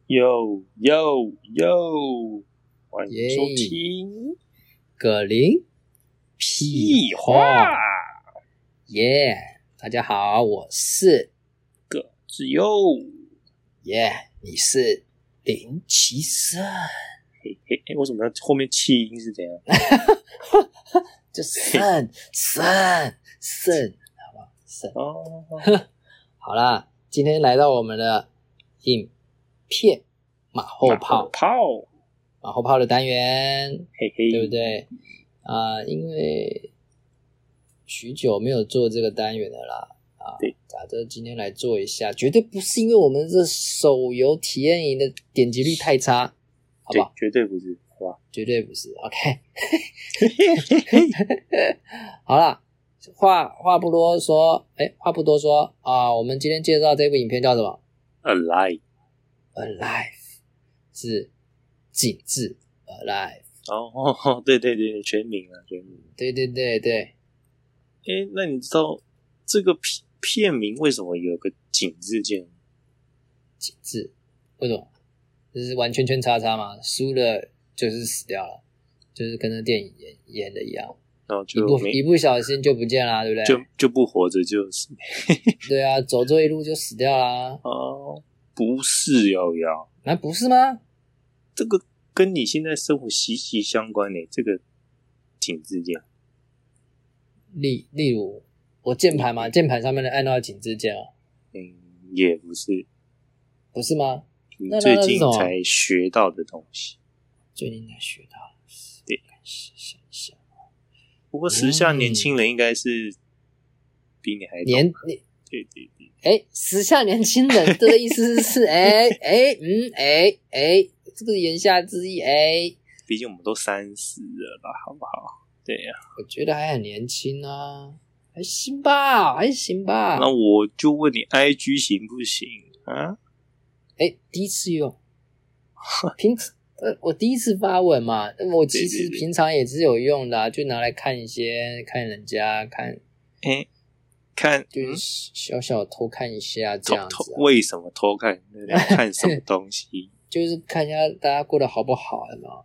哟哟哟，欢迎收听葛林屁话。 耶、大家好，我是葛子佑。 你是林奇生。 嘿嘿嘿，为什么要后面气音是怎样？ 就肾，好不好？肾哦， 好啦，今天来到我们的影片马后炮的单元， 嘿嘿， 对不对？因为许久没有做这个单元了啦。 对， 这今天来做一下，绝对不是因为我们这手游体验营的点击率太差，好不好？ 绝对不是，好吧？ 绝对不是 ，OK 。好啦，话不多说，我们今天介绍这部影片叫什么 Alive 是景致 Alive。 哦，对，全名。 对。 那你知道这个片名为什么有个景字键？ 景致为什么？这是玩圈圈叉叉嘛，输了就是死掉了，就是跟那电影演的一样， 然后就一不小心就不见了，对不对？ 就不活着就死。 对啊，走这一路就死掉啦。 哦，不是瑶， 不是吗？ 这个跟你现在生活息息相关的这个景字键。 例如我键盘嘛，键盘上面的按到景致键啊。 也不是。 不是吗？ 你最近才学到的东西。 最近才学到。 对， 想一下。 不过时下年轻人应该是比你还懂。 对。时下年轻人这个意思是这个言下之意毕竟我们都30了吧，好不好？对呀， 我觉得还很年轻啊，还行吧。 那我就问你 ，IG 行不行啊？ 第一次用，我第一次发文嘛，我其实平常也是有用的就拿来看人家看，就是小小偷看一下这样子。 为什么偷看？看什么东西？ 就是看一下大家过得好不好嘛。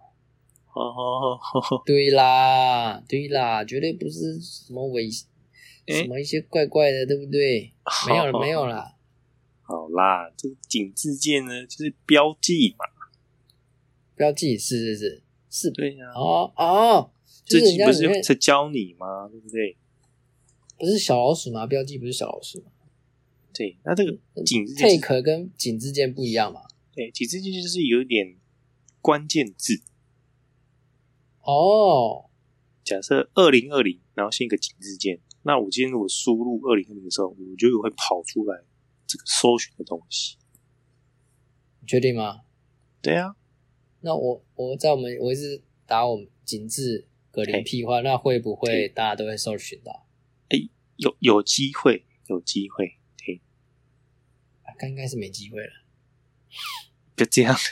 对啦，绝对不是什么什么一些怪怪的，对不对？没有啦。 好啦，这个景字键呢，就是标记嘛。 标记是， 对呀。 这集不是在教你吗？对不对？ 不是小老鼠吗？标记不是小老鼠吗？ 对，那这个景字键 take 跟景字键不一样嘛？ 对，景字键就是有点关键字。假设2020，然后先一个景字键，那我今天如果输入2020的时候，我就会跑出来这个搜寻的东西。 你确定吗？ 对啊。 那我一直打我们景致格林屁话，那会不会大家都会搜寻到？ 有机会，对。 应该是没机会了。 就这样。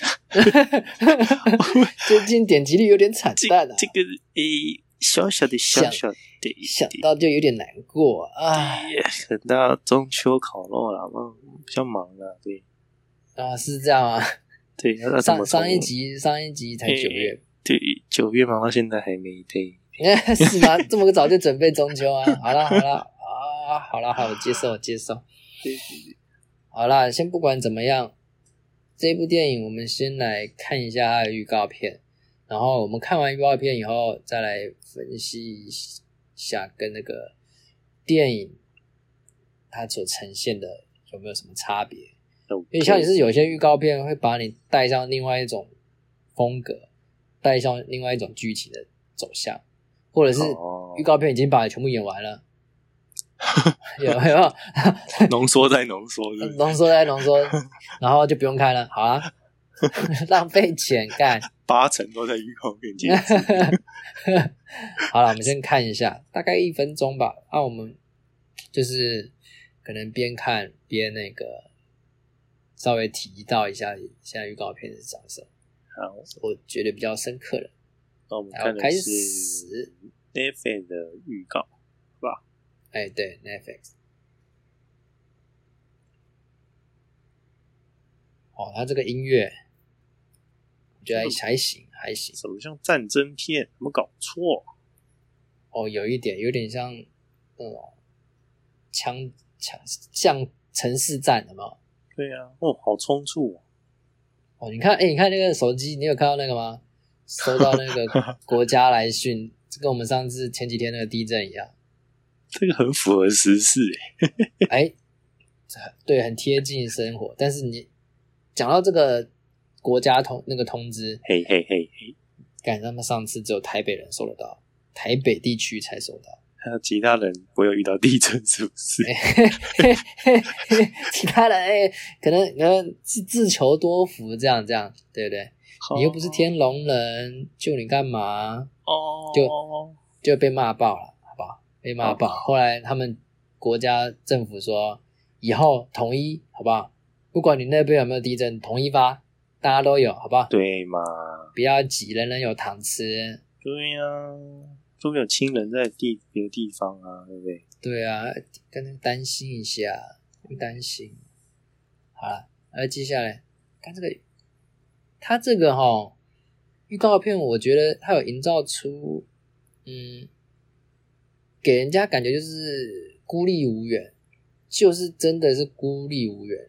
最近点击率有点惨淡啊。 这个小小的想到就有点难过等到中秋烤肉了，比较忙了，对。 是这样啊。 对， 上一集才9月。 对，9月忙到现在还没对。 是吗？这么早就准备中秋啊？好了，我接受。 对。 好啦，先不管怎么样，这部电影我们先来看一下它的预告片，然后我们看完预告片以后，再来分析一下跟那个电影它所呈现的有没有什么差别。因为像是有些预告片会把你带上另外一种风格，带上另外一种剧情的走向，或者是预告片已经把你全部演完了。有没有浓缩再浓缩， 然后就不用看了。好啊。浪费钱干 ，80%都在预告片结束。 好了，我们先看一下，大概1分钟吧。我们就是可能边看边那个稍微提到一下现在预告片是长什么。 好， 我觉得比较深刻的。 那我们看的是 Netflix 的预告，是吧？ 对 Netflix。它这个音乐觉得还行。 什么像战争片？有没有搞错？ 哦，有点像那种像城市战的嘛。 对啊，哦，好冲突哦。 哦，你看那个手机，你有看到那个吗？收到那个国家来讯，跟我们上次前几天那个地震一样。 这个很符合时事哎，对，很贴近生活。但是你讲到这个国家那个通知， 嘿嘿嘿嘿， 干他们上次只有台北人收得到，台北地区才收到。 还有其他人不会有遇到地震是不是？ 其他人可能自求多福这样，对不对？你又不是天龙人，救你干嘛？就被骂爆了，好不好？被骂爆。后来他们国家政府说，以后统一，好不好？不管你那边有没有地震，统一发，大家都有，好不好？ 对嘛？ 不要挤，人人有糖吃。 对呀、都没有亲人在别的地方啊，对不对？ 对啊，跟他担心一下，担心。好了，接下来看这个，他这个预告片，我觉得他有营造出，给人家感觉就是孤立无援，就是真的是孤立无援。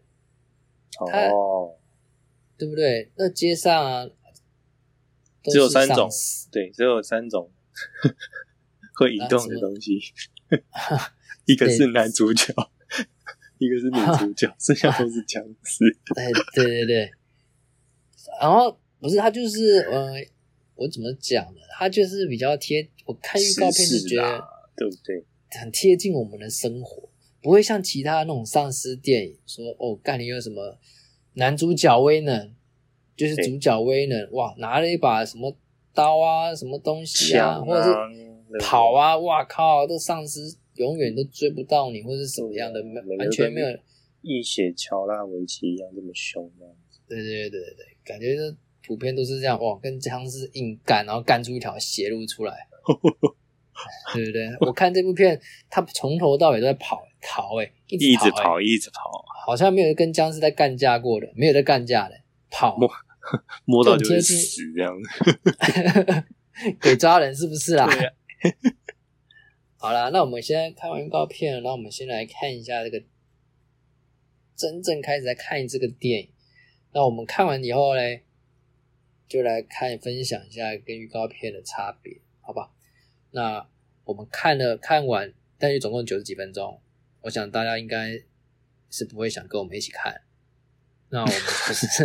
对不对？那街上啊， 只有3种，对，只有3种会移动的东西，一个是男主角，一个是女主角，剩下都是僵尸。 对。然后不是他就是我怎么讲呢？他就是比较我看预告片就觉得， 对不对？ 很贴近我们的生活，不会像其他那种丧尸电影说干你有什么男主角威能，就是主角威能，哇，拿了一把什么刀啊，什么东西啊，或者是跑啊，哇靠，这丧尸永远都追不到你，或者是什么样的，完全没有一血乔拉维奇一样这么凶这样子。 对，感觉这普遍都是这样，哇，跟僵尸硬干，然后干出一条血路出来。对不对？我看这部片，他从头到尾都在逃，一直跑， 好像没有跟僵尸在干架过的，没有在干架的，跑摸到就会死这样子。 鬼抓人是不是啦？ 对啊。 好啦，那我们现在看完预告片了，那我们先来看一下这个真正开始来看这个电影。那我们看完以后呢，就来分享一下跟预告片的差别，好吧？那我们看完，但是总共90几分钟，我想大家应该是不会想跟我们一起看。那我们就是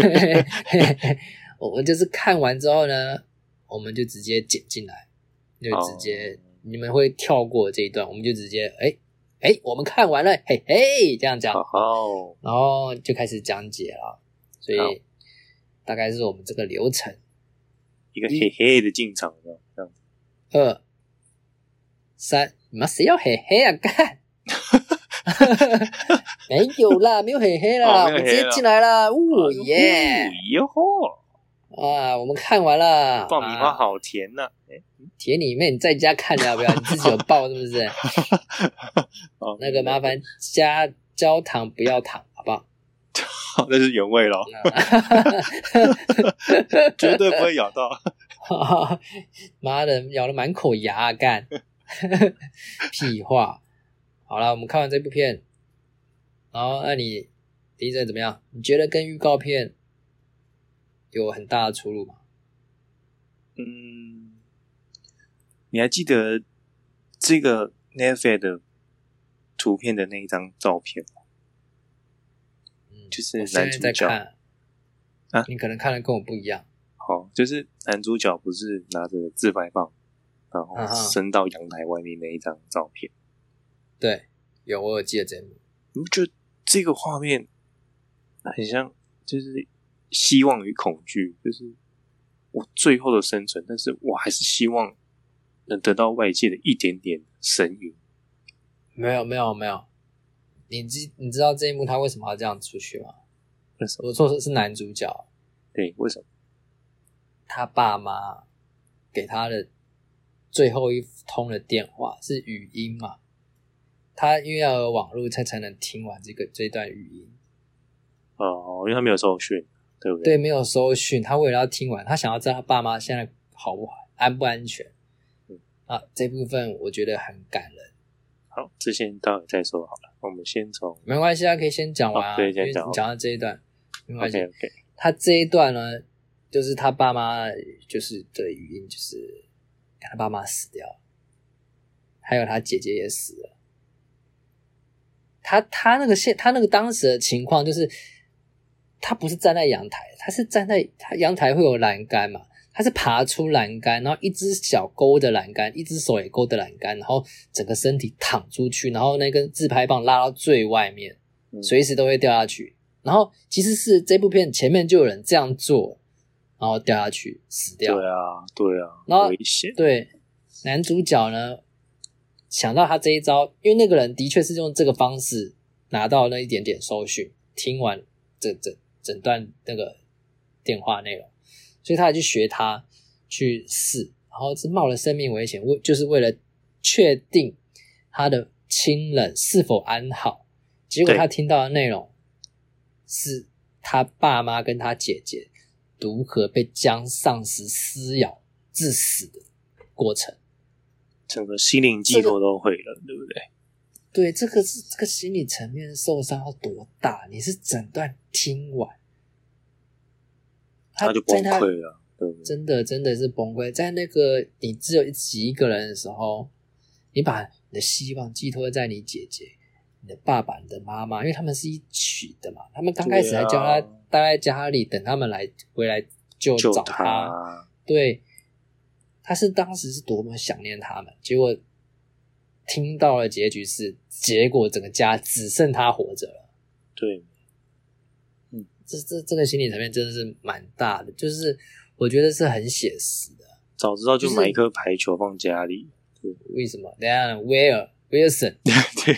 我们就是看完之后呢，我们就直接剪进来，就直接你们会跳过这一段，我们就直接我们看完了，嘿嘿，这样讲，然后就开始讲解了。所以大概是我们这个流程， 一个嘿嘿的进场这样子。 2、3，你妈谁要嘿嘿啊？干！没有啦，没有嘿嘿啦，我们直接进来啦！耶！ 哟吼！ 啊，我们看完了， 爆米花好甜呐！ 甜里面你在家看了要不要？你自己有爆是不是？那个麻烦加焦糖不要糖，好不好？ 好，那是原味咯。绝对不会咬到。 妈的，咬了满口牙干。屁话。好啦，我们看完这部片，然后那你第一阵怎么样？你觉得跟预告片有很大的出入吗？ 你还记得这个 Netflix 的图片的那一张照片吗？就是男主角啊，你可能看的跟我不一样。 好，就是男主角不是拿着自拍棒，然后伸到阳台外面那一张照片。 对，我有记得这幕。 你不觉得这个画面很像，就是希望与恐惧，就是我最后的生存，但是我还是希望能得到外界的一点点声音。 没有。你知道这一幕他为什么要这样出去吗？ 为什么？ 我说的是男主角。 对，为什么？ 他爸妈给他的最后一通的电话是语音嘛？他因为要有网络才能听完这段语音。 因为他没有受训， 对不对？ 对，没有收讯，他为了要听完，他想要知道他爸妈现在好不好，安不安全。这部分我觉得很感人。 好，这先待会再说好了。我们先从没关系啊，可以先讲完啊， 对， 因为你先讲讲到这一段没关系。 OK， 他这一段呢，就是他爸妈就是的语音，就是他爸妈死掉了，还有他姐姐也死了。他那个当时的情况就是，他不是站在阳台，他是站在他阳台会有栏杆嘛，他是爬出栏杆，然后一只小勾的栏杆，一只手也勾的栏杆，然后整个身体躺出去，然后那根自拍棒拉到最外面，随时都会掉下去。然后其实是这部片前面就有人这样做，然后掉下去死掉。 对啊， 然后危险。 对，男主角呢想到他这一招，因为那个人的确是用这个方式拿到那一点点收讯，听完整段那个电话内容，所以他还去学他去试，然后是冒了生命危险，就是为了确定他的亲人是否安好。结果他听到的内容是他爸妈跟他姐姐如何被僵丧尸撕咬致死的过程， 整个心灵寄托都会了，对不对？ 对，这个心理层面受伤要多大？你是整段听完， 他就崩溃了，对不对？ 真的是崩溃。在那个你只有一个人的时候，你把你的希望寄托在你姐姐、你的爸爸、你的妈妈，因为他们是一起的嘛。他们刚开始还叫他待在家里，等他们回来就找他。对，他是当时是多么想念他们，结果听到的结局是，结果整个家只剩他活着了。 对， 这个心理层面真的是蛮大的，就是我觉得是很写实的。 早知道就买一颗排球放家里。 对，为什么？等一下Wilson 对，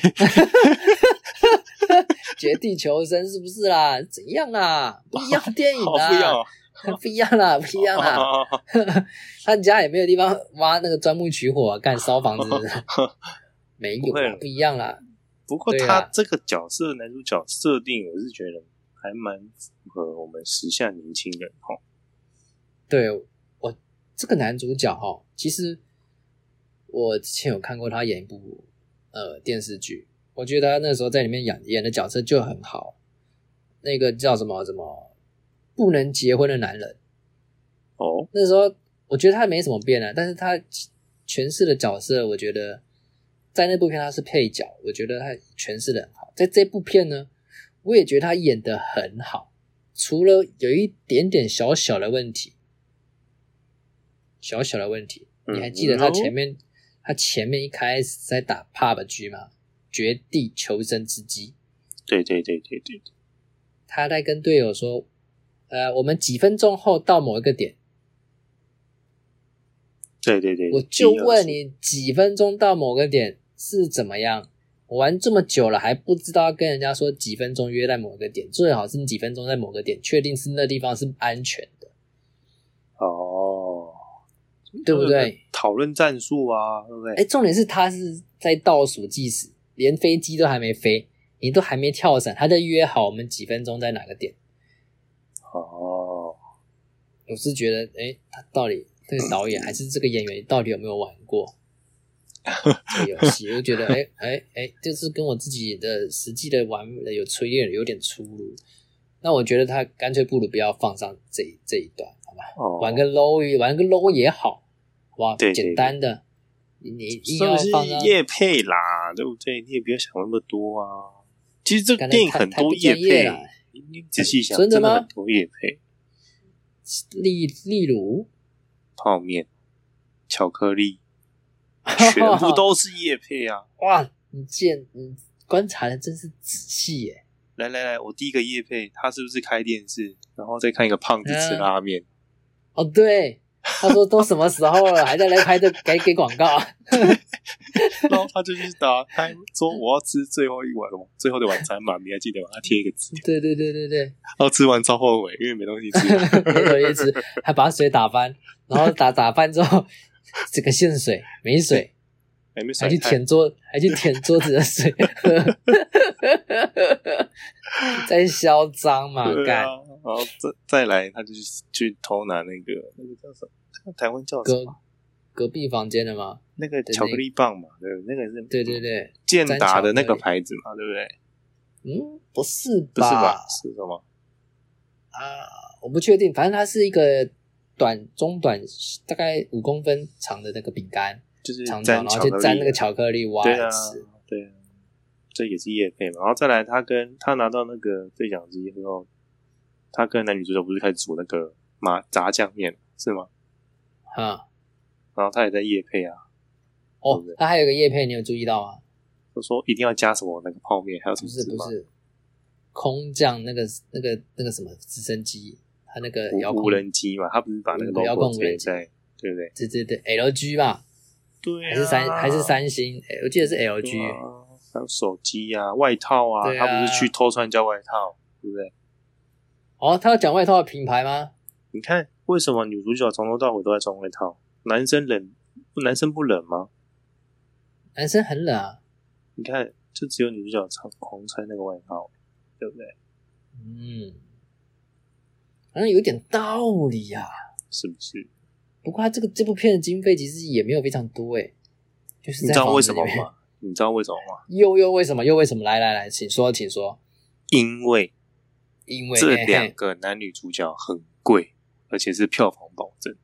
绝地求生是不是啦？怎样啦？不一样的电影啦，不一样啦，不一样啦。他家也没有地方挖那个钻木取火干烧房子，没有啦，不一样啦。 不过他这个角色男主角设定，我是觉得还蛮符合我们时下年轻人齁。 对，我这个男主角齁，其实我之前有看过他演一部电视剧，我觉得他那时候在里面演的角色就很好。那个叫什么不能结婚的男人。 哦， 那时候我觉得他没什么变啊，但是他诠释的角色，我觉得在那部片他是配角，我觉得他诠释的很好。在这部片呢，我也觉得他演得很好，除了有一点点小小的问题，你还记得他前面一开始在打 PUBG 吗？绝地求生之机。 对， 他在跟队友说我们几分钟后到某一个点。 对， 我就问你几分钟到某个点是怎么样？我玩这么久了还不知道跟人家说几分钟约在某个点，最好是你几分钟在某个点确定是那地方是安全的。 哦， 对不对？ 讨论战术啊，对不对？ 重点是他是在倒数计时，连飞机都还没飞，你都还没跳伞，他在约好我们几分钟在哪个点。 哦， 我是觉得他到底这个导演还是这个演员到底有没有玩过这个游戏？我就觉得就是跟我自己的实际的玩有点出入。那我觉得他干脆不如不要放上这一段，好吧？玩个 low 也好，好不好？ 对， 简单的，你硬要放上业配啦，对不对？你也不要想那么多啊。其实这个电影很多业配，你仔细想， 真的吗？ 很多业配， 例如泡面、巧克力，全部都是业配啊！ 哇，你观察的真是仔细耶！ 来，我第一个业配，他是不是开电视，然后再看一个胖子吃拉面？ 哦，对，他说都什么时候了，还在来拍给广告。 然后他就去他说我要吃最后的晚餐嘛，你还记得吗？他贴一个字。对。 然后吃完超后悔，因为没东西吃。 没东西吃，还把水打翻，然后打翻之后，这个限水没水，还去舔桌子的水，在嚣张嘛，干。 后再来，他就去偷拿那个叫什么？台湾叫什么？ 隔壁房间的吗？ 那个巧克力棒嘛，对不对？那个是对， 健达的那个牌子嘛，对不对？ 不是吧？ 不是吧？是什么？ 我不确定，反正它是一个中短，大概5公分长的那个饼干， 就是长条，然后就沾那个巧克力挖来吃。 对啊，这也是业配嘛。然后再来，他拿到那个对讲机之后，他跟男女主角不是开始煮那个炸酱面是吗？然后他也在业配啊。 他还有个业配，你有注意到吗？ 就说一定要加什么那个泡面，还有什么？ 不是，空降那个什么直升机，他那个遥控无人机嘛，他不是把那个 logo 直接在，对不对？ 对 LG 吧？ 对啊， 还是三星？我记得是 LG。 还有手机啊，外套啊，他不是去偷穿人家外套，对不对？ 他要讲外套的品牌吗？ 你看，为什么女主角从头到尾都在穿外套？男生不冷吗？ 男生很冷啊。 你看，就只有女主角狂穿那个外套，对不对？ 好像有点道理啊， 是不是？ 不过这部片的经费其实也没有非常多就是在你知道为什么吗？你知道为什么吗？ 又为什么？来，请说。 因为这2个男女主角很贵，而且是票房保证。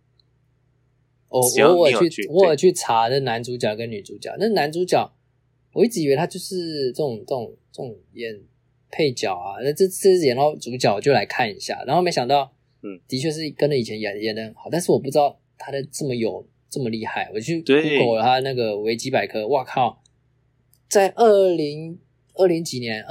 我有去查那男主角跟女主角。那男主角，我一直以为他就是这种演配角啊。那这次演到主角，我就来看一下。然后没想到，的确是跟着以前演的很好，但是我不知道他的这么厉害。我去 Google 了他那个维基百科，哇靠，在20几年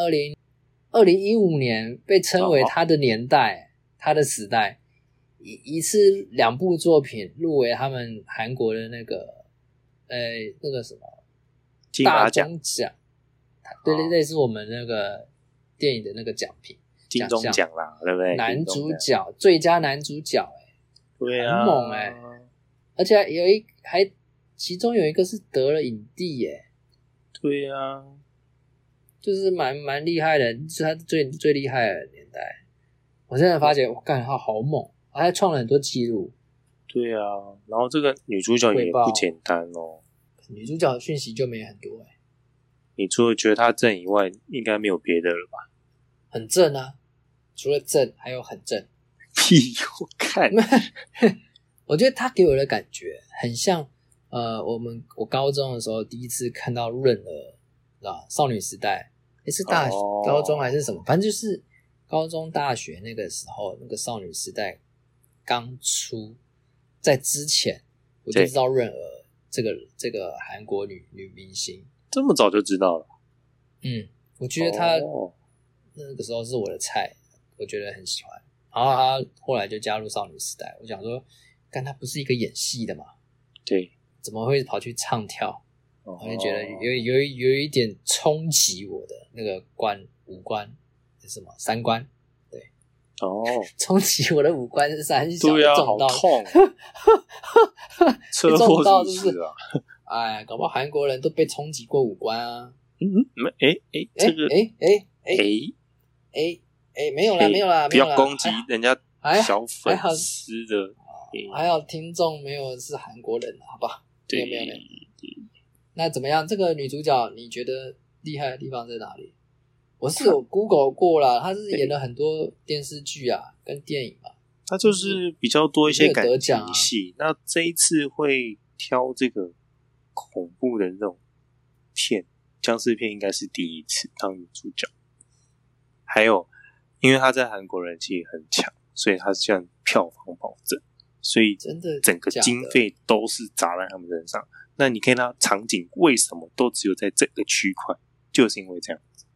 ，2015年被称为他的年代，他的时代。一次2部作品入围他们韩国的那个什么大钟奖，对，类似我们那个电影的那个奖品金钟奖啦，对不对？ 男主角最佳男主角， 对啊， 很猛而且其中有一个是得了影帝对啊， 就是蛮厉害的，是他最厉害的年代。我真的发觉，我干他好猛。还创了很多记录， 对啊，然后这个女主角也不简单哦。 女主角的讯息就没很多你除了觉得她正以外，应该没有别的了吧？ 很正啊，除了正还有很正。 屁，我看， 我觉得她给我的感觉很像我高中的时候第一次看到润儿，少女时代，是高中还是什么？反正就是高中大学那个时候，那个少女时代刚出，在之前我就知道润儿这个韩国女明星， 这么早就知道了。 我觉得她那个时候是我的菜，我觉得很喜欢。然后她后来就加入少女时代，我想说，但她不是一个演戏的嘛？ 对， 怎么会跑去唱跳？我就觉得有一点冲击我的那个五官是什么三观。冲击我的五官是三小， 对啊， 好痛，车祸是不是啊？ 哎，搞不好韩国人都被冲击过五官啊。 这个没有啦， 不要攻击人家小粉丝的， 还好听众没有是韩国人，好吧？ 对， 没有。那怎么样？这个女主角你觉得厉害的地方在哪里？我是有 Google 过啦，她是演了很多电视剧啊，跟电影嘛。 她就是比较多一些感情戏。那这一次会挑这个恐怖的这种片，僵尸片应该是第一次当女主角。还有，因为她在韩国人气很强，所以她这样票房保证，所以真的整个经费都是砸在他们身上。那你看到场景为什么都只有在这个区块，就是因为这样。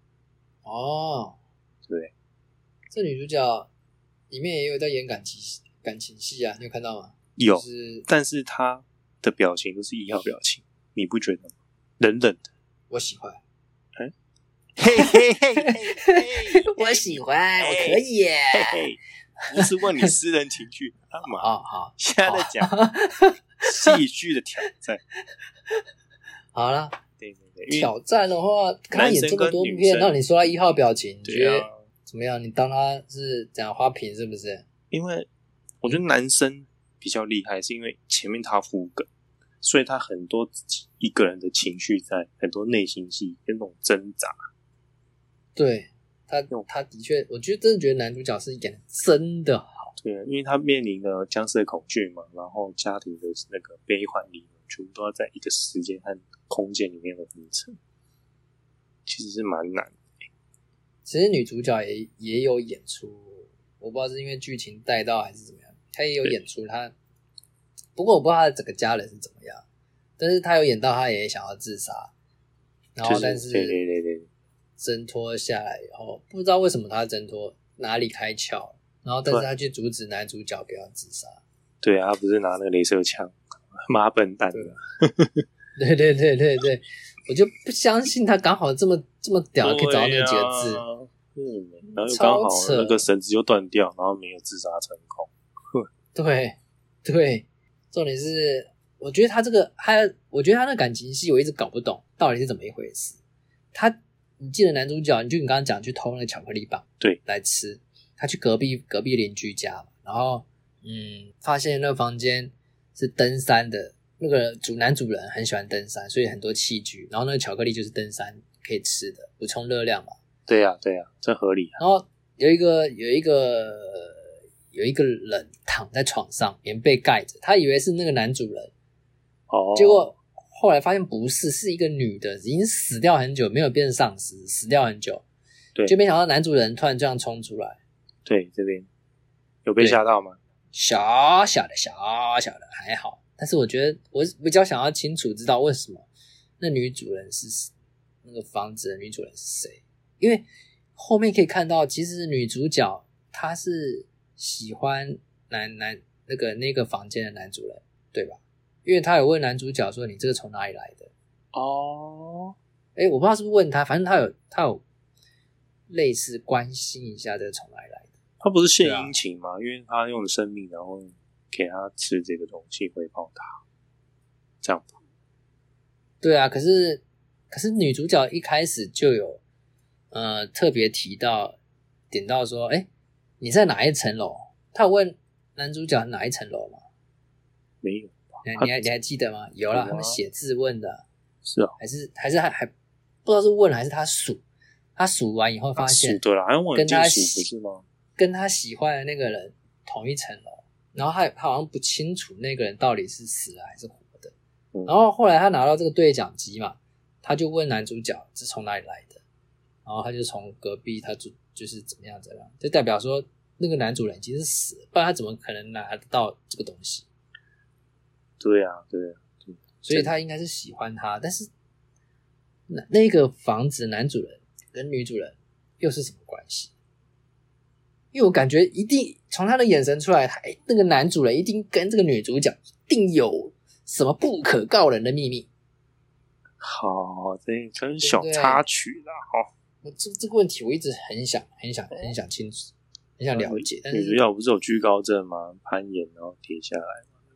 对， 这女主角里面也有在演感情戏啊，你有看到吗？ 有，但是她的表情都是1号表情，你不觉得吗？冷冷的， 我喜欢。 嘿， 我喜欢，我可以耶。 不是问你私人情绪干嘛？ 好， 现在在讲戏剧的挑战。 好啦。 对， 挑战的话，他演这么多片，让你说他1号表情，你觉得怎么样？你当他是讲花瓶是不是？ 因为我觉得男生比较厉害，是因为前面他铺梗，所以他很多自己一个人的情绪在，很多内心戏跟那种挣扎。 对，他的确，我真的觉得男主角是演的真的好。 对，因为他面临了僵尸的恐惧嘛，然后家庭的那个悲欢离合，全部都要在一个时间和空间里面完成，其实是蛮难的。 其实女主角也有演出，我不知道是因为剧情带到还是怎么样，她也有演出她，不过我不知道她的整个家人是怎么样，但是她有演到她也想要自杀，然后但是对， 挣脱下来以后，不知道为什么她挣脱哪里开窍，然后但是她去阻止男主角不要自杀。 对啊，他不是拿那个雷射枪，妈笨蛋。 对，我就不相信他刚好这么屌，可以找到那几个字。 然后又刚好那个绳子就断掉，然后没有自杀成功。 对，重点是，我觉得他那感情戏我一直搞不懂到底是怎么一回事。你记得男主角，你刚刚讲去偷那个巧克力棒， 对， 来吃。他去隔壁邻居家嘛，然后发现那个房间是登山的。那个男主人很喜欢登山，所以很多器具，然后那个巧克力就是登山可以吃的，补充热量嘛。 对啊，这合理啊。 然后有一个人躺在床上，棉被盖着，他以为是那个男主人，结果后来发现不是，是一个女的，已经死掉很久，没有变丧尸，死掉很久。 对， 就没想到男主人突然这样冲出来。 对，这边有被吓到吗？ 小小的还好。但是我觉得我比较想要清楚知道为什么那女主人是那个房子的女主人是谁，因为后面可以看到其实女主角她是喜欢那个房间的男主人，对吧？因为她有问男主角说你这个从哪里来的。我不知道是不是问他，反正他有类似关心一下这个从哪里来的。 他不是献殷勤吗？因为他用了生命然后给他吃这个东西回报他，这样吧。 对啊，可是女主角一开始就有特别点到说，你在哪一层楼？他有问男主角哪一层楼吗？ 没有。 你还记得吗？有啦，他们写字问的。 是啊， 还是还不知道是问还是他数。他数完以后发现， 对了，还用望远镜数不是吗？ 跟他喜欢的那个人同一层楼，然后他好像不清楚那个人到底是死了还是活的。然后后来他拿到这个对讲机嘛，他就问男主角是从哪里来的，然后他就从隔壁，他就是怎么样，就代表说那个男主人已经是死了，不然他怎么可能拿得到这个东西？ 对啊， 所以他应该是喜欢他，但是那个房子男主人跟女主人又是什么关系？因为我感觉一定从他的眼神出来，那个男主人一定跟这个女主角一定有什么不可告人的秘密。 好，这真小插曲啦， 我这个问题我一直很想清楚，很想了解。但是女主角不是有居高症吗？攀岩然后跌下来吗？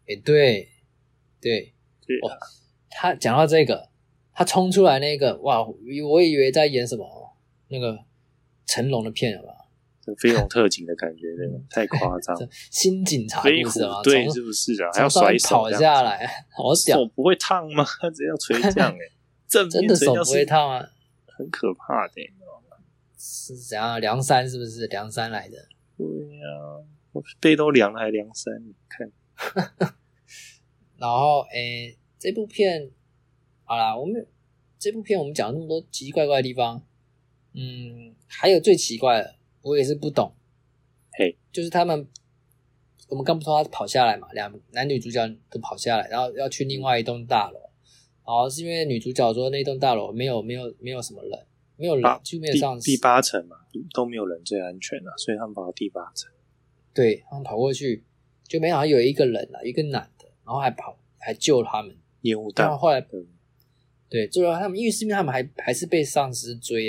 对啊。他讲到这个，他冲出来那个，哇！我以为在演什么那个成龙的片了吧？ 飞龙特警的感觉，对吗？太夸张。 新警察故事吗？ 对，是不是啊？还要甩手跑下来，好屌！ 手不会烫吗？他直接要垂降正真的手不会烫啊， 很可怕的。 是怎样？梁山是不是梁山来的？ 对啊，我背都凉了还梁山，你看。 然后这部片好啦，这部片我们讲了那么多奇奇怪怪的地方，还有最奇怪的，我也是不懂。就是我们刚不说他跑下来嘛，男女主角都跑下来，然后要去另外一栋大楼，然后是因为女主角说那栋大楼没有什么人，没有人就没有上第8层嘛，都没有人最安全啊，所以他们跑到第8层。 对，他们跑过去，就没想到有一个人啊，一个男的，然后还救他们。 烟雾弹。 然后后来对，救了他们，因为他们还是被丧尸追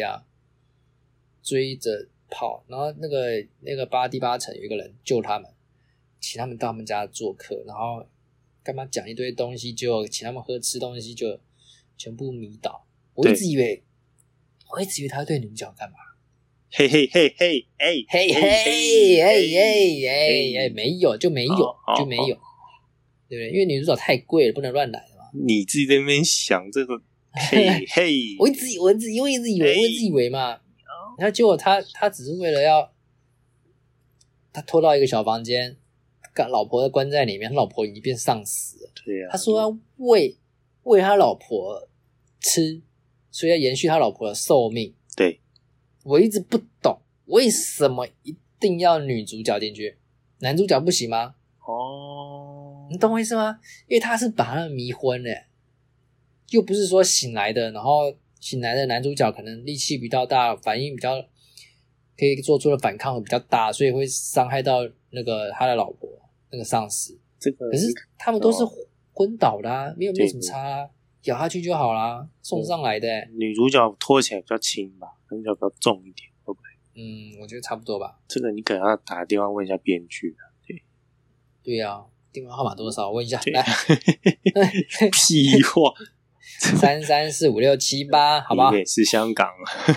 着跑，然后那个第8层有一个人救他们，请他们到他们家做客，然后干嘛讲一堆东西，就请他们吃东西，就全部迷倒。我一直以为他对女主角干嘛？ 嘿嘿嘿嘿， 嘿嘿嘿，没有就没有就没有，对不对？因为女主角太贵了，不能乱来嘛。 你自己在那边想这个，嘿嘿， 我一直以为嘛，然后结果他只是为了要，他拖到一个小房间，老婆关在里面，他老婆已经变丧尸了。 对呀， 他说要喂他老婆吃，所以要延续他老婆的寿命。 对， 我一直不懂为什么一定要女主角进去，男主角不行吗？ 哦， 你懂我意思吗？因为他是把他迷昏了，又不是说醒来的，然后醒来的男主角可能力气比较大，反应比较可以做出的反抗会比较大，所以会伤害到那个他的老婆那个丧尸。 这个可是他们都是昏倒的啊，没有什么差啊，咬下去就好啦，送上来的。 女主角拖起来比较轻吧，男主角比较重一点，会不会？ 我觉得差不多吧。 这个你可能要打电话问一下编剧啊。 对啊，电话号码多少？我问一下。来， 屁话 ，3345678，好不好？ 也是香港。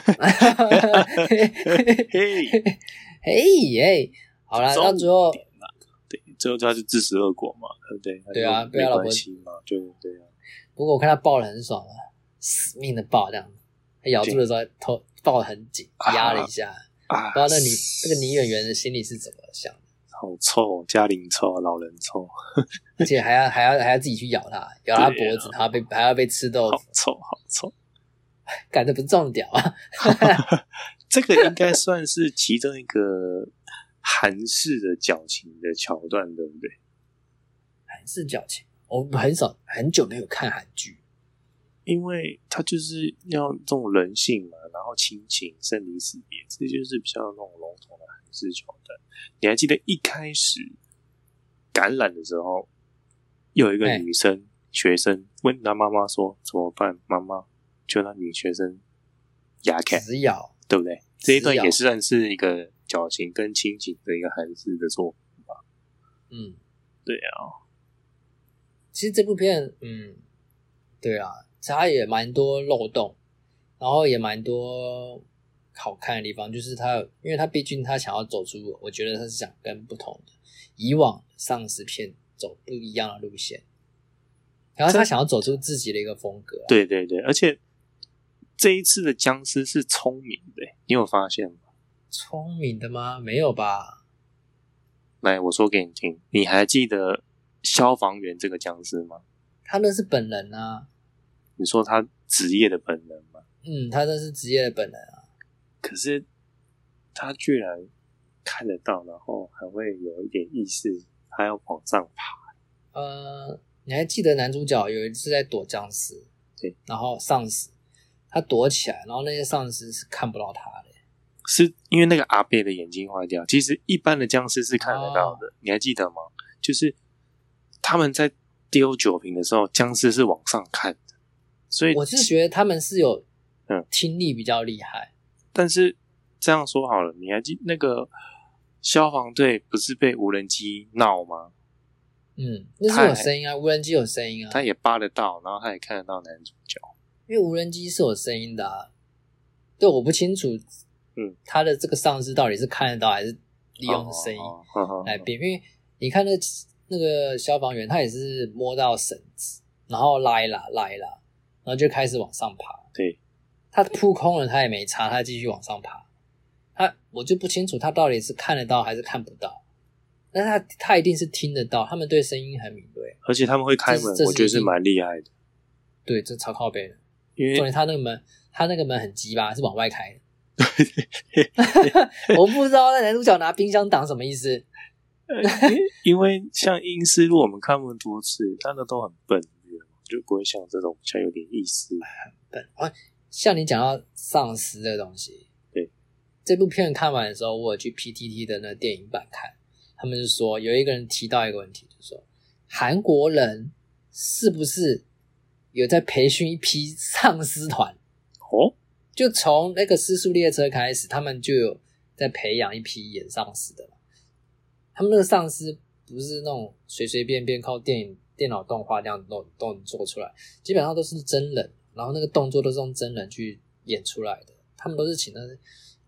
嘿，好啦，到最后， 对，最后他就自食恶果嘛，对不对？ 对啊， 没关系嘛，就对啊。 不过我看他抱得很爽啊，死命的抱这样，他咬住的时候头抱得很紧，压了一下，不知道那个女演员的心里是怎么想的。 好臭，家庭臭，老人臭， 而且还要自己去咬他脖子，还要被吃豆腐， 好臭， 干这不是重点啊！ 这个应该算是其中一个韩式的矫情的桥段，对不对？ 韩式矫情，我很久没有看韩剧， 因为它就是要这种人性嘛，然后亲情、生离死别，这就是比较那种笼统的韩式桥段。你还记得一开始感染的时候，有一个女生学生问她妈妈说怎么办？妈妈就让女学生牙开， 只咬， 对不对？这一段也是算是一个矫情跟亲情的一个韩式的作品吧。对啊。 其实这部片，对啊，它也蛮多漏洞，然后也蛮多好看的地方，就是因为他毕竟他想要走出，我觉得他是想跟不同的以往丧尸片走不一样的路线，然后他想要走出自己的一个风格。 对对对，而且这一次的僵尸是聪明的，你有发现吗？ 聪明的吗？没有吧。 来，我说给你听，你还记得消防员这个僵尸吗？ 他那是本人啊。 你说他职业的本人吗？ 他那是职业的本人啊。 可是他居然看得到，然后还会有一点意识，他要往上爬。 你还记得男主角有一次在躲僵尸， 对， 然后丧尸，他躲起来，然后那些丧尸是看不到他的， 是因为那个阿伯的眼睛坏掉。其实一般的僵尸是看得到的，你还记得吗？就是他们在丢酒瓶的时候，僵尸是往上看的，所以我是觉得他们是有听力比较厉害。 但是这样说好了，你还记那个消防队不是被无人机闹吗？ 那是有声音啊，无人机有声音啊， 他也扒得到，然后他也看得到男主角， 因为无人机是有声音的啊。对，我不清楚，他的这个丧尸到底是看得到还是利用声音来变，因为你看那个消防员，他也是摸到绳子，然后拉一拉，然后就开始往上爬。 对， 他扑空了，他也没差，他继续往上爬。我就不清楚他到底是看得到还是看不到。但是他一定是听得到，他们对声音很敏锐， 而且他们会开门，我觉得是蛮厉害的。 对，这超靠背的， 因为重点他那个门很鸡巴，是往外开的。我不知道那男主角拿冰箱挡什么意思。 因为像阴尸路我们看那么多次，但那都很笨，就不会像这种比较有点意思。 很笨像你讲到丧尸这个东西， 对， 这部片看完的时候，我有去 PTT 的那个电影版看。他们就说有一个人提到一个问题，就是说韩国人是不是有在培训一批丧尸团？就从那个失速列车开始，他们就有在培养一批演丧尸的嘛。他们那个丧尸不是那种随随便便靠电脑动画这样都能做出来，基本上都是真人，然后那个动作都是用真人去演出来的。他们都是请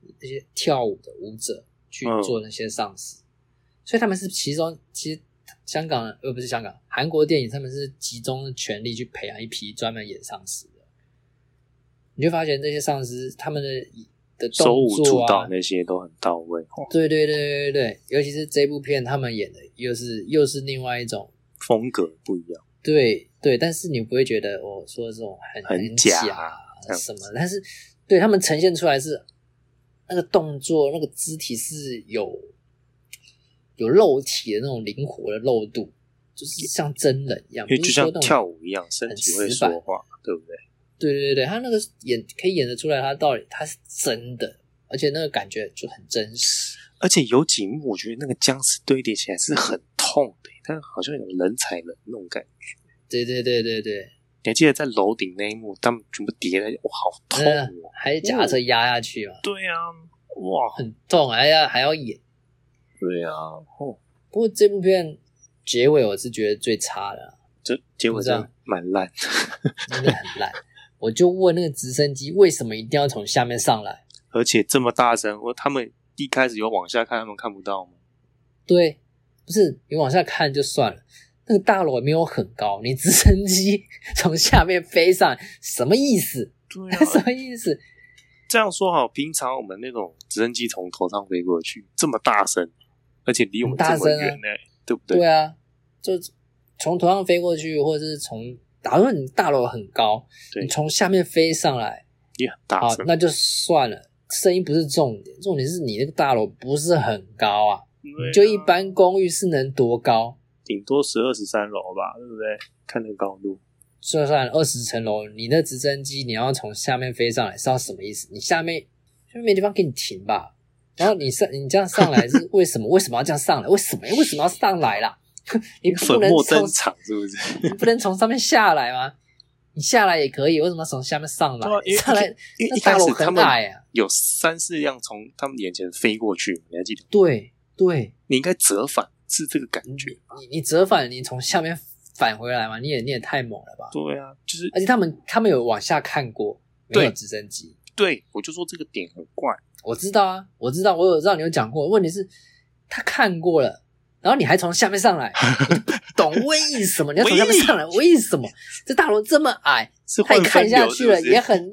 那些跳舞的舞者去做那些丧尸，所以他们是其实香港不是香港，韩国电影他们是集中全力去培养一批专门演丧尸的。你就发现这些丧尸他们的动作手舞足蹈那些都很到位。 对对对对对，尤其是这部片他们演的又是另外一种风格不一样。 对对，但是你不会觉得我说的这种很假什么，但是对他们呈现出来是那个动作那个肢体是有肉体的那种灵活的肉度，就是像真人一样， 因为就像跳舞一样，身体会说话，对不对？ 对对对，他那个可以演得出来，他到底他是真的，而且那个感觉就很真实。 而且有几幕，我觉得那个僵尸堆叠起来是很痛的，但好像有人踩人那种感觉。 对对对对对， 你还记得在楼顶那一幕，他们全部叠在，哇，好痛哦！ 还脚踏车压下去嘛？ 对啊，哇， 很痛，还要演。 对啊， 不过这部片结尾我是觉得最差的啦， 这结尾真的蛮烂， 真的很烂。我就问那个直升机为什么一定要从下面上来， 而且这么大声，他们一开始有往下看，他们看不到吗？ 对，不是你往下看就算了，那个大楼也没有很高，你直升机从下面飞上，什么意思？ 对啊， 什么意思？ 这样说好，平常我们那种直升机从头上飞过去，这么大声，而且离我们这么远呢，对不对？ 对啊，就从头上飞过去，或者是假如你大楼很高，你从下面飞上来也很大声， 那就算了，声音不是重点，重点是你那个大楼不是很高啊，你就一般公寓是能多高？顶多12、13楼吧，对不对？看那个高度， 就算20层楼，你那直升机你要从下面飞上来是要什么意思？你下面没地方给你停吧？然后你这样上来是为什么？为什么要这样上来？为什么要上来啦？你不能粉墨登场是不是？ 你不能从上面下来吗？你下来也可以，为什么要从下面上来？上来， 因为大楼很矮啊， 有3、4辆从他们眼前飞过去，你还记得？ 对对， 你应该折返，是这个感觉。 你折返，你从下面返回来嘛？你也太猛了吧？ 对啊，就是， 而且他们有往下看过，没有直升机。 对，我就说这个点很怪。 我知道啊，我知道你有讲过。问题是，他看过了。然后你还从下面上来，你不懂为什么你要从下面上来？为什么这大楼这么矮？他看下去了也很，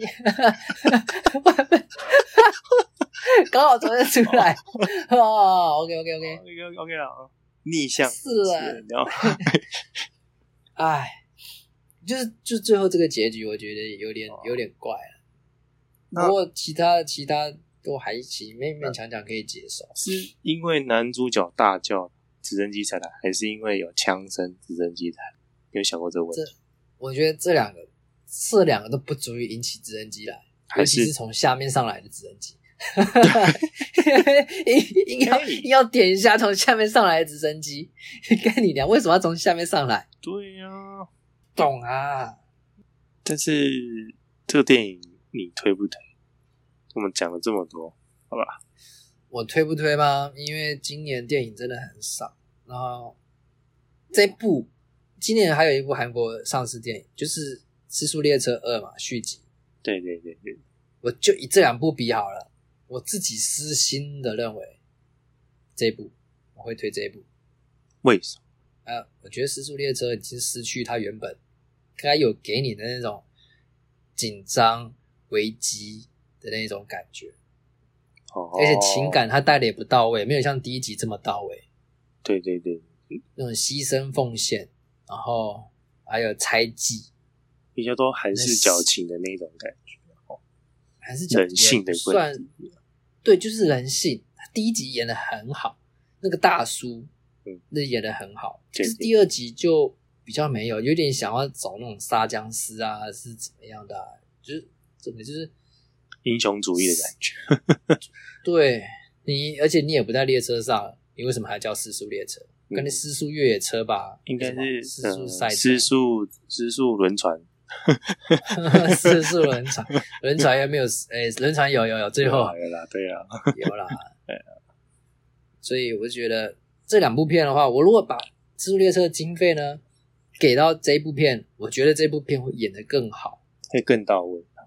刚好从这出来。哦 ，OK 啊，逆向是啊。哎，就最后这个结局，我觉得有点怪了。不过其他都还行，勉强可以接受。 是因为男主角大叫直升机才来，还是因为有枪声直升机才来？你有想过这个问题？ 我觉得这两个都不足以引起直升机来，尤其是从下面上来的直升机。硬要点一下从下面上来的直升机，跟你讲为什么要从下面上来？ 对啊， 懂啊。 但是这个电影你推不推？我们讲了这么多，好吧？ 我推不推吗？因为今年电影真的很少，然后这部今年还有一部韩国上市电影，就是《失速列车2》嘛，续集。 对， 我就以这两部比好了。我自己私心的认为，这一部我会推这一部。 为什么？我觉得《失速列车》已经失去它原本该有给你的那种紧张、危机的那种感觉。而且情感它带的也不到位，没有像第一集这么到位。 对， 那种牺牲奉献，然后还有猜忌， 比较多韩式矫情的那种感觉。 韩式矫情人性的问题， 对，就是人性。他第一集演得很好，那个大叔，那演得很好。可是第二集就比较没有点想要找那种杀僵尸啊，是怎么样的啊？就是真的就是英雄主义的感觉。 对你，而且你也不在列车上，你为什么还叫失速列车？跟那失速越野车吧， 应该是失速赛车， 失速轮船。 失速轮船，轮船也没有，轮船有，最后有啦，对啊， 有啦，对啊。所以我就觉得这两部片的话，我如果把失速列车的经费呢给到这一部片，我觉得这部片会演得更好， 会更到位。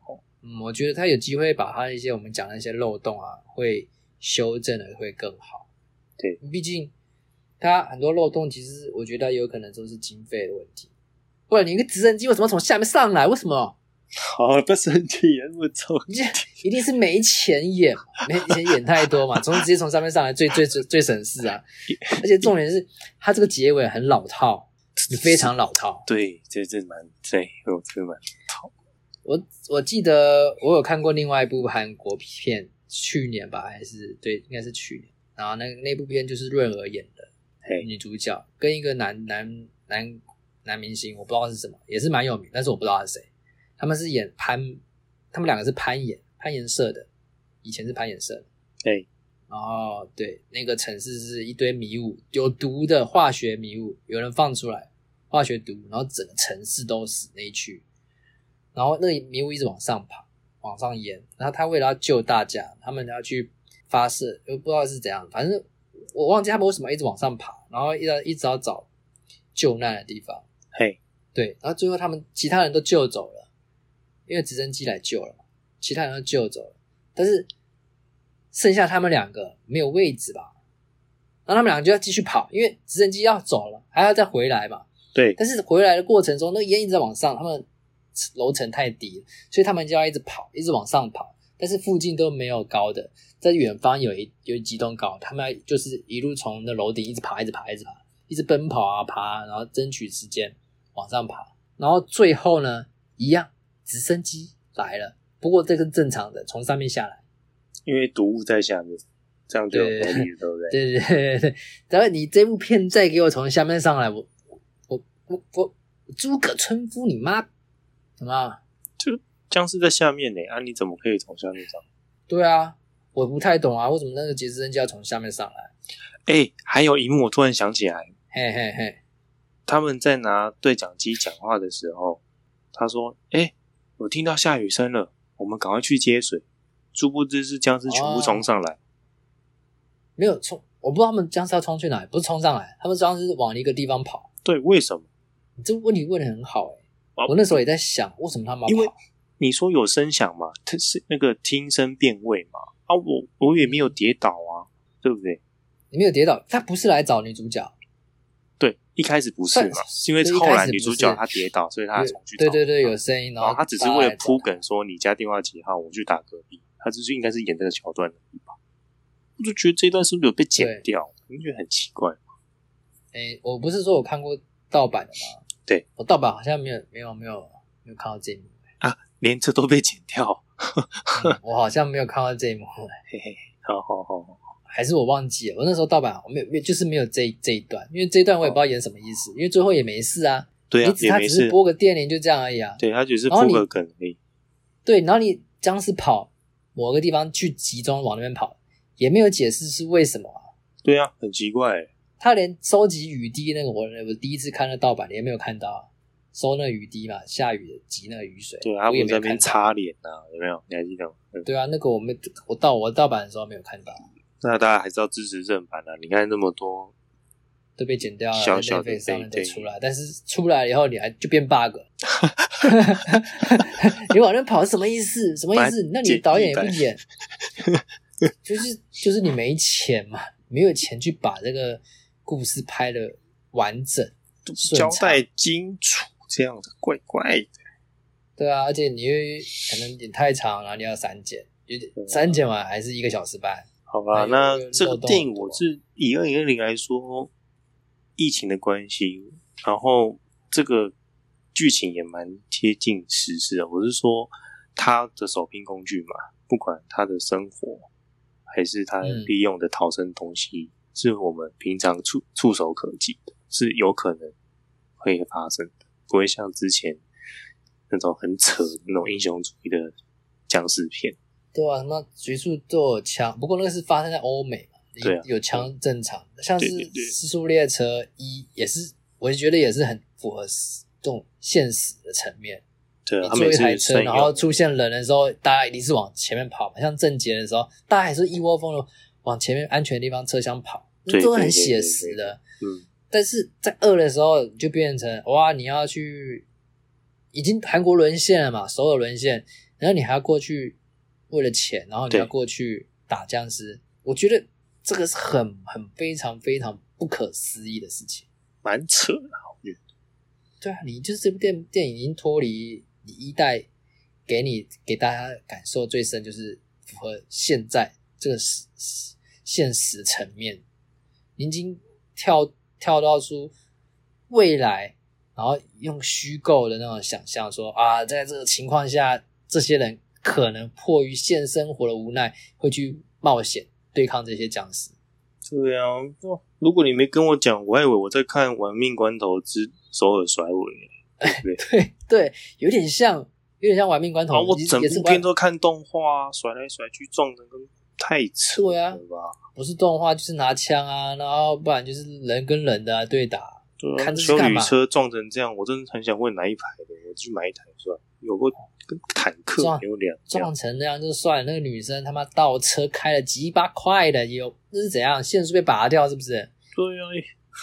我觉得他有机会把他一些我们讲的一些漏洞啊，会修正的会更好。 对， 毕竟他很多漏洞，其实我觉得有可能都是经费的问题。不然你一个直升机为什么从下面上来？为什么？ 好，不生气，那么重， 一定是没钱演，没钱演太多嘛，直接从上面上来最省事啊！而且重点是，他这个结尾很老套，非常老套。 对，这蛮对，我这蛮老套。 我记得我有看过另外一部韩国片，去年吧，还是对，应该是去年。然后那部片就是润儿演的女主角，跟一个男明星，我不知道是什么，也是蛮有名，但是我不知道他是谁。他们是演他们两个是攀岩社的，以前是攀岩社的。 对， 然后对，那个城市是一堆迷雾，有毒的化学迷雾，有人放出来化学毒，然后整个城市都死那一区。然后那个迷雾一直往上爬，往上淹。然后他为了要救大家，他们要去发射，又不知道是怎样，反正我忘记他们为什么一直往上爬，然后一直要找救难的地方。 嘿， 对，然后最后他们其他人都救走了。因为直升机来救了嘛，其他人都救走了，但是剩下他们两个没有位置吧，然后他们两个就要继续跑，因为直升机要走了，还要再回来嘛。 对， 但是回来的过程中，那个烟一直在往上，他们楼层太低了，所以他们就要一直跑，一直往上跑，但是附近都没有高的，在远方有几栋高，他们就是一路从那楼顶一直爬，一直奔跑啊爬，然后争取时间往上爬，然后最后呢，一样。直升机来了，不过这个正常的，从上面下来， 因为毒物在下面，这样就有合理了，对不对？ 对。然后你这部片再给我从下面上来，我诸葛村夫，你妈，什么？ 就僵尸在下面呢，啊，你怎么可以从下面上？ 对啊，我不太懂啊，为什么那个直升机要从下面上来？ 还有一幕我突然想起来， 嘿， 他们在拿对讲机讲话的时候，他说：“我听到下雨声了，我们赶快去接水。”殊不知是僵尸全部冲上来， 没有冲，我不知道他们僵尸要冲去哪里，不是冲上来，他们僵尸往一个地方跑。 对，为什么？ 你这个问题问得很好我那时候也在想，为什么他们要跑？ 因为你说有声响嘛，它是那个听声辨位嘛，啊，我也没有跌倒啊，对不对？ 你没有跌倒，他不是来找女主角。 对，一开始不是嘛，是因为后来女主角她跌倒，所以她重去找。 对，有声音，然后她只是为了铺梗说你家电话几号，我去打隔壁。她就是应该是演这个桥段的吧？我就觉得这一段是不是有被剪掉？你觉得很奇怪吗？ 我不是说我看过盗版的吗？ 对， 我盗版好像没有看到这一幕啊，连这都被剪掉。 我好像没有看到这一幕。 嘿嘿，好。 还是我忘记了，我那时候盗版我没有就是没有这一段，因为这一段我也不知道演什么意思，因为最后也没事啊。 对啊， 他只是播个电铃就这样而已啊。 对，他只是播个梗而已。 对，然后你僵尸跑某个地方去集中往那边跑，也没有解释是为什么啊。 对啊，很奇怪。 他连收集雨滴那个我第一次看那盗版也没有看到，收那个雨滴嘛，下雨集那个雨水。 对，他不是在那边擦脸啊，有没有？你还记得吗？ 对啊，那个我盗版的时候没有看到。 那大家还是要支持正版啊！你看那么多都被剪掉了， 小小的上面再出来，但是出来以后你还就变 bug。你往那跑是什么意思？什么意思？那你导演也不演，就是你没钱嘛，没有钱去把这个故事拍的完整、 交代清楚，这样的怪怪的。 对啊，而且你可能演太长，然后你要删减，删减完还是1个小时半。 好吧，那这个电影我是以2020来说，疫情的关系，然后这个剧情也蛮贴近时事的。我是说，他的手拼工具嘛，不管他的生活还是他利用的逃生东西，是我们平常触手可及的，是有可能会发生的，不会像之前那种很扯的那种英雄主义的僵尸片。 对啊，那随处都有枪，不过那个是发生在欧美嘛， 对啊， 有枪正常的，像是《失速列车1》也是，我觉得也是很符合这种现实的层面。 对啊， 你坐一台车，然后出现人的时候，大家一定是往前面跑嘛，像郑捷的时候，大家还是一窝蜂的往前面安全的地方车厢跑，这都很写实的。但是在2的时候就变成哇，你要去，已经韩国沦陷了嘛，首尔沦陷。 然后你还要过去为了钱，然后你要过去打僵尸，我觉得这个是很非常非常不可思议的事情， 蛮扯的，我觉得。 对啊，你就是这部电影已经脱离你一代给大家感受最深，就是符合现在这个现实层面，你已经跳到出未来，然后用虚构的那种想象说啊，在这个情况下，这些人可能迫于现生活的无奈，会去冒险对抗这些僵尸。 对啊，如果你没跟我讲，我还以为我在看《玩命关头之首尔甩尾》 对，有点像玩命关头。 我整部片都看动画啊，甩来甩去撞人跟太扯了吧？ 不是动画就是拿枪啊，然后不然就是人跟人的对打。 对啊， 看这是干嘛？ 休旅车撞成这样，我真的很想问哪一排的，我去买一台算了。有个跟坦克有两撞成那样就算了，那个女生他妈倒车开了几百块的，那是怎样？线束被拔掉是不是？ 对啊，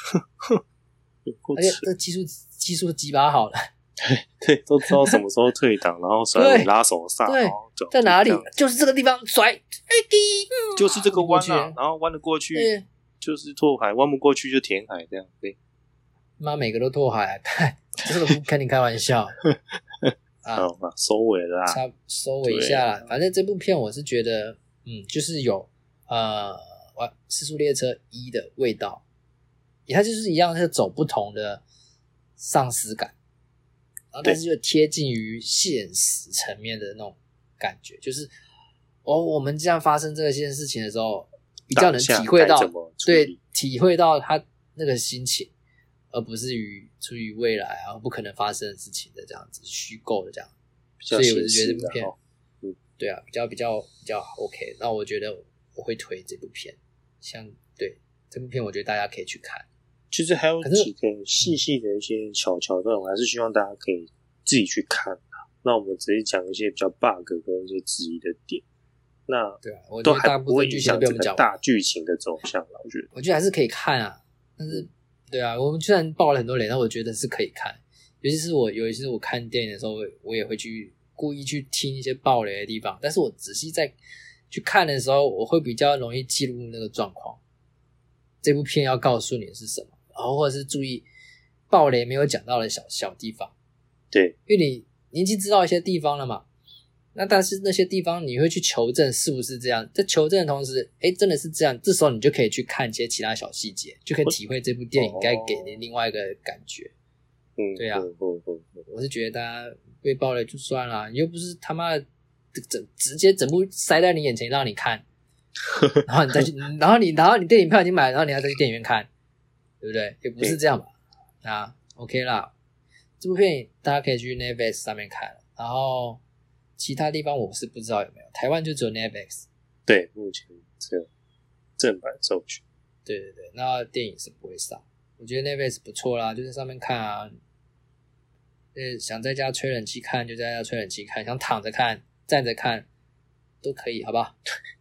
而且这技术几把好了。 对，都知道什么时候退档，然后甩尾拉手刹， 对，在哪里？就是这个地方甩， 就是这个弯啊，然后弯得过去就是拓海，弯不过去就填海，这样对。 妈，每个都拓海，看，真的不跟你开玩笑啊！收尾了啦， 收尾一下啦。反正这部片我是觉得，就是有失速列车1的味道，它就是一样是走不同的丧尸感。然后但是就贴近于现实层面的那种感觉，就是我们这样发生这件事情的时候，比较能体会到，对，体会到他那个心情，而不是出于未来啊不可能发生的事情的这样子虚构的这样，所以我就觉得这部片，对啊，比较 OK。那我觉得我会推这部片，对这部片，我觉得大家可以去看。 其实还有几个细细的一些小桥段，我还是希望大家可以自己去看。那我们直接讲一些比较 bug 跟一些质疑的点，那对啊，我都还不会影响这个大剧情的走向。 我觉得还是可以看啊，但是对啊，我们虽然爆了很多雷，但我觉得是可以看。尤其是我看电影的时候，我也会去故意去听一些爆雷的地方，但是我仔细在去看的时候，我会比较容易记录那个状况。这部片要告诉你的是什么？然后或者是注意爆雷没有讲到的小地方， 对， 因为你已经知道一些地方了嘛，那但是那些地方你会去求证是不是这样，在求证的同时真的是这样，这时候你就可以去看一些其他小细节，就可以体会这部电影该给你另外一个感觉。对啊，我是觉得大家被爆雷就算了，你又不是他妈的直接整部塞在你眼前让你看然后你再去然后你电影票已经买了，然后你还再去电影院看，对不对？也不是这样吧。啊 OK 啦，这部片大家可以去 Netflix 上面看，然后其他地方我是不知道有没有，台湾就只有 Netflix。 对，目前只有正版授权。 对，那电影是不会上。我觉得 Netflix 不错啦，就在上面看啊。想在家吹冷气看就在家吹冷气看，想躺着看站着看都可以，好不好？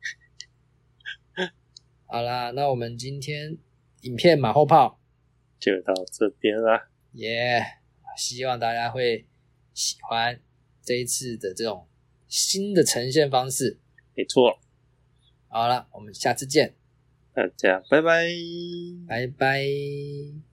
好啦，那我们今天影片马后炮就到这边啦， 希望大家会喜欢这一次的这种新的呈现方式。 没错。 好了，我们下次见， 大家拜拜， 拜拜。